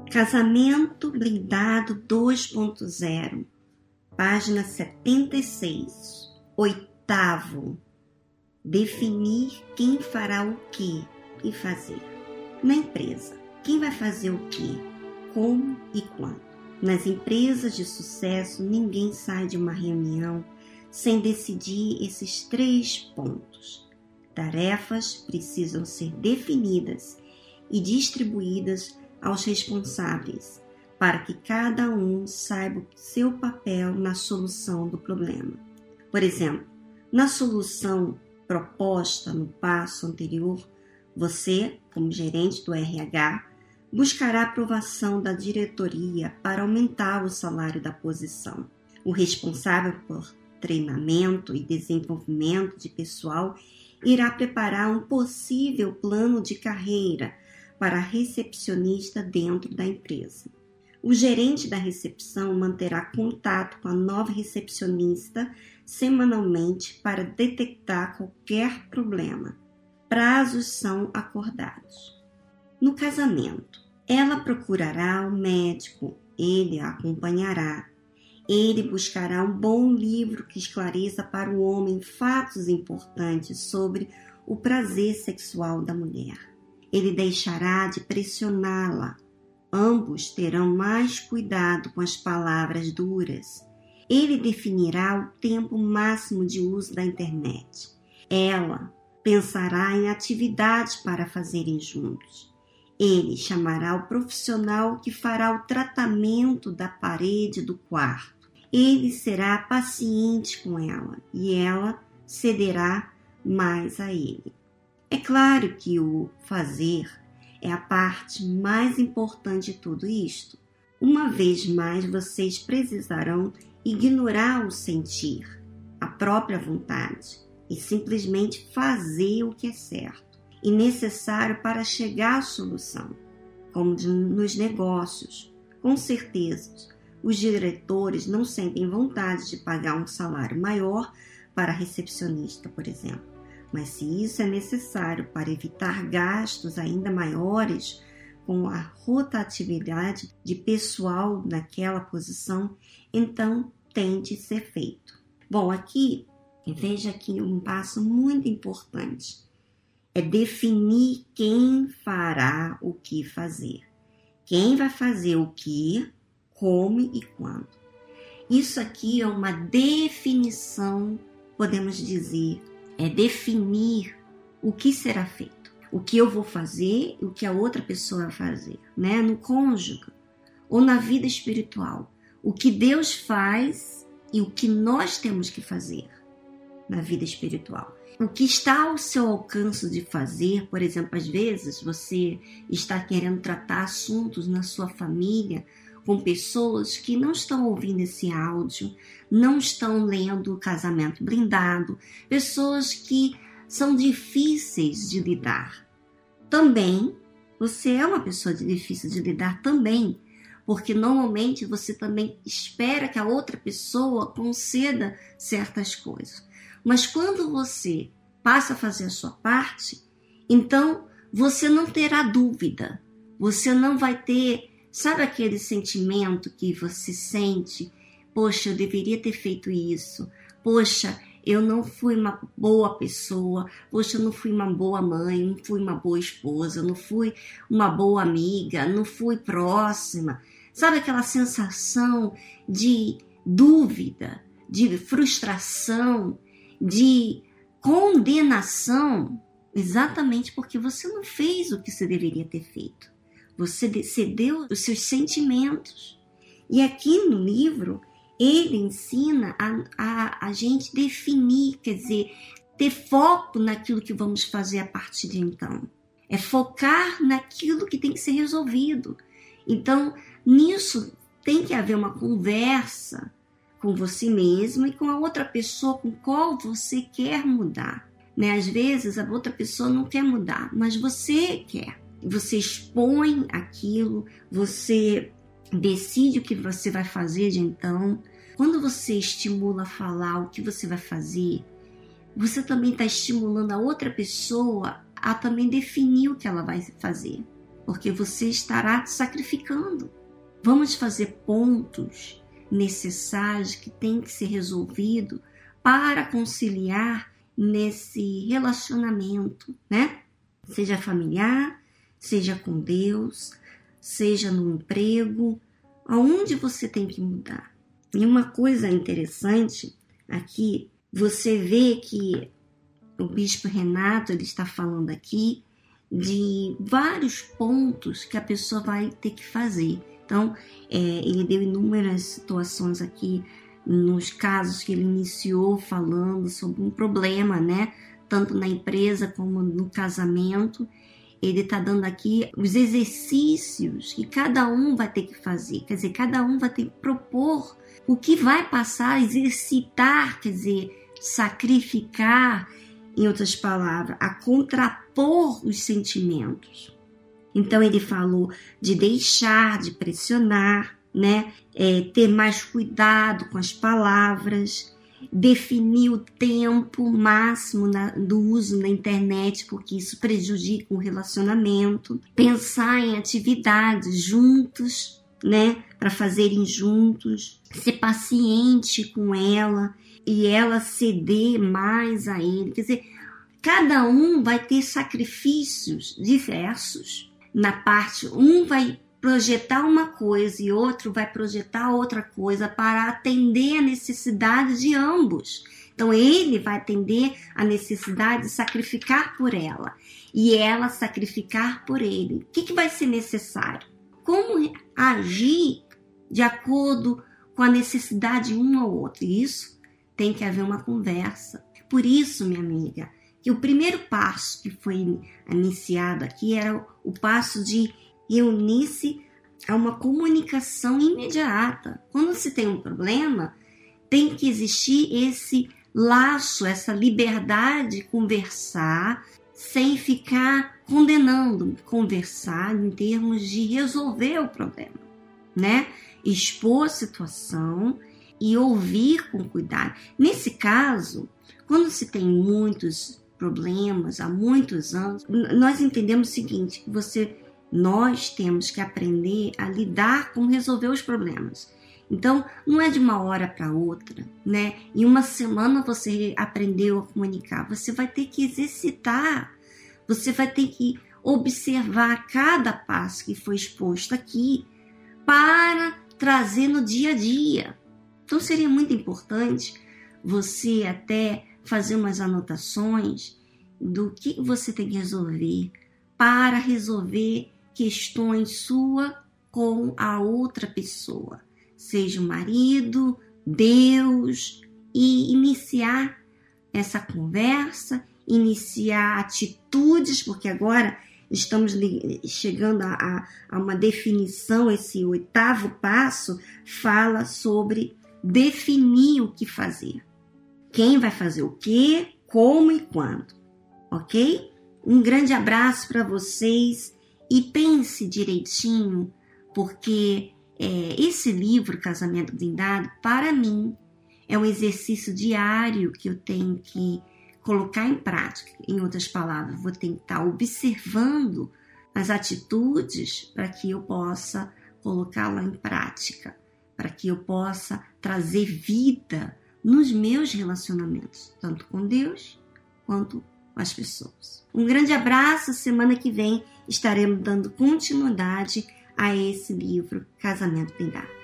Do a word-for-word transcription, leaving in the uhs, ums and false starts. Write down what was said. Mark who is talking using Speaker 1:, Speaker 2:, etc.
Speaker 1: Casamento Blindado dois ponto zero, página setenta e seis. Oitavo, definir quem fará o que e fazer. Na empresa, quem vai fazer o que, como e quando? Nas empresas de sucesso, ninguém sai de uma reunião sem decidir esses três pontos. Tarefas precisam ser definidas e distribuídas aos responsáveis, para que cada um saiba o seu papel na solução do problema. Por exemplo, na solução proposta no passo anterior, você, como gerente do R H, buscará a aprovação da diretoria para aumentar o salário da posição. O responsável por treinamento e desenvolvimento de pessoal irá preparar um possível plano de carreira para a recepcionista dentro da empresa. O gerente da recepção manterá contato com a nova recepcionista semanalmente para detectar qualquer problema. Prazos são acordados. No casamento, ela procurará o médico, ele a acompanhará. Ele buscará um bom livro que esclareça para o homem fatos importantes sobre o prazer sexual da mulher. Ele deixará de pressioná-la. Ambos terão mais cuidado com as palavras duras. Ele definirá o tempo máximo de uso da internet. Ela pensará em atividades para fazerem juntos. Ele chamará o profissional que fará o tratamento da parede do quarto. Ele será paciente com ela e ela cederá mais a ele. É claro que o fazer é a parte mais importante de tudo isto. Uma vez mais, vocês precisarão ignorar o sentir, a própria vontade, e simplesmente fazer o que é certo e necessário para chegar à solução, como nos negócios. Com certeza, os diretores não sentem vontade de pagar um salário maior para a recepcionista, por exemplo. Mas se isso é necessário para evitar gastos ainda maiores com a rotatividade de pessoal naquela posição, então tem de ser feito. Bom, aqui, veja aqui um passo muito importante. É definir quem fará o que fazer. Quem vai fazer o que, como e quando. Isso aqui é uma definição, podemos dizer, é definir o que será feito, o que eu vou fazer e o que a outra pessoa vai fazer, né? No cônjuge ou na vida espiritual. O que Deus faz e o que nós temos que fazer na vida espiritual. O que está ao seu alcance de fazer, por exemplo, às vezes você está querendo tratar assuntos na sua família com pessoas que não estão ouvindo esse áudio, não estão lendo o Casamento Blindado, pessoas que são difíceis de lidar. Também, você é uma pessoa difícil de lidar também, porque normalmente você também espera que a outra pessoa conceda certas coisas. Mas quando você passa a fazer a sua parte, então você não terá dúvida, você não vai ter. Sabe aquele sentimento que você sente? Poxa, eu deveria ter feito isso. Poxa, eu não fui uma boa pessoa. Poxa, eu não fui uma boa mãe, não fui uma boa esposa, não fui uma boa amiga, não fui próxima. Sabe aquela sensação de dúvida, de frustração, de condenação? Exatamente porque você não fez o que você deveria ter feito. Você cedeu os seus sentimentos. E aqui no livro, ele ensina a, a, a gente definir, quer dizer, ter foco naquilo que vamos fazer a partir de então. É focar naquilo que tem que ser resolvido. Então, nisso tem que haver uma conversa com você mesmo e com a outra pessoa com qual você quer mudar. Né? Às vezes, a outra pessoa não quer mudar, mas você quer. Você expõe aquilo, você decide o que você vai fazer de então. Quando você estimula a falar o que você vai fazer, você também está estimulando a outra pessoa a também definir o que ela vai fazer. porque você estará sacrificando. Vamos fazer pontos necessários que têm que ser resolvidos para conciliar nesse relacionamento, né? Seja familiar, seja com Deus, seja no emprego, aonde você tem que mudar. E uma coisa interessante aqui, você vê que o Bispo Renato ele está falando aqui de vários pontos que a pessoa vai ter que fazer. Então, é, ele deu inúmeras situações aqui, nos casos que ele iniciou falando sobre um problema, né? Tanto na empresa como no casamento. Ele está dando aqui os exercícios que cada um vai ter que fazer. Quer dizer, cada um vai ter que propor o que vai passar, exercitar, quer dizer, sacrificar, em outras palavras, a contrapor os sentimentos. Então ele falou de deixar de pressionar, né? É, ter mais cuidado com as palavras, definir o tempo máximo na, do uso na internet, porque isso prejudica o relacionamento, pensar em atividades juntos, né? Para fazerem juntos, ser paciente com ela e ela ceder mais a ele. Quer dizer, cada um vai ter sacrifícios diversos. Na parte, um vai projetar uma coisa e outro vai projetar outra coisa para atender a necessidade de ambos. Então, ele vai atender a necessidade de sacrificar por ela e ela sacrificar por ele. O que, que vai ser necessário? Como agir de acordo com a necessidade de um ao outro? Isso tem que haver uma conversa. Por isso, minha amiga, que o primeiro passo que foi iniciado aqui era o passo de reunir-se a uma comunicação imediata. Quando se tem um problema, tem que existir esse laço, essa liberdade de conversar sem ficar condenando, conversar em termos de resolver o problema, né? Expor a situação e ouvir com cuidado. Nesse caso, quando se tem muitos problemas há muitos anos, nós entendemos o seguinte, que você, nós temos que aprender a lidar com resolver os problemas. Então, não é de uma hora para outra, né? Em uma semana você aprendeu a comunicar, você vai ter que exercitar, você vai ter que observar cada passo que foi exposto aqui para trazer no dia a dia. Então, seria muito importante você até fazer umas anotações do que você tem que resolver para resolver questões suas com a outra pessoa, seja o marido, Deus, e iniciar essa conversa, iniciar atitudes, porque agora estamos chegando a, a, a uma definição, esse oitavo passo fala sobre definir o que fazer. Quem vai fazer o quê, como e quando, ok? Um grande abraço para vocês e pense direitinho, porque é, esse livro, Casamento Blindado, para mim, é um exercício diário que eu tenho que colocar em prática. Em outras palavras, vou tentar observando as atitudes para que eu possa colocá-la em prática, para que eu possa trazer vida nos meus relacionamentos, tanto com Deus quanto com as pessoas. Um grande abraço, semana que vem estaremos dando continuidade a esse livro, Casamento Blindado.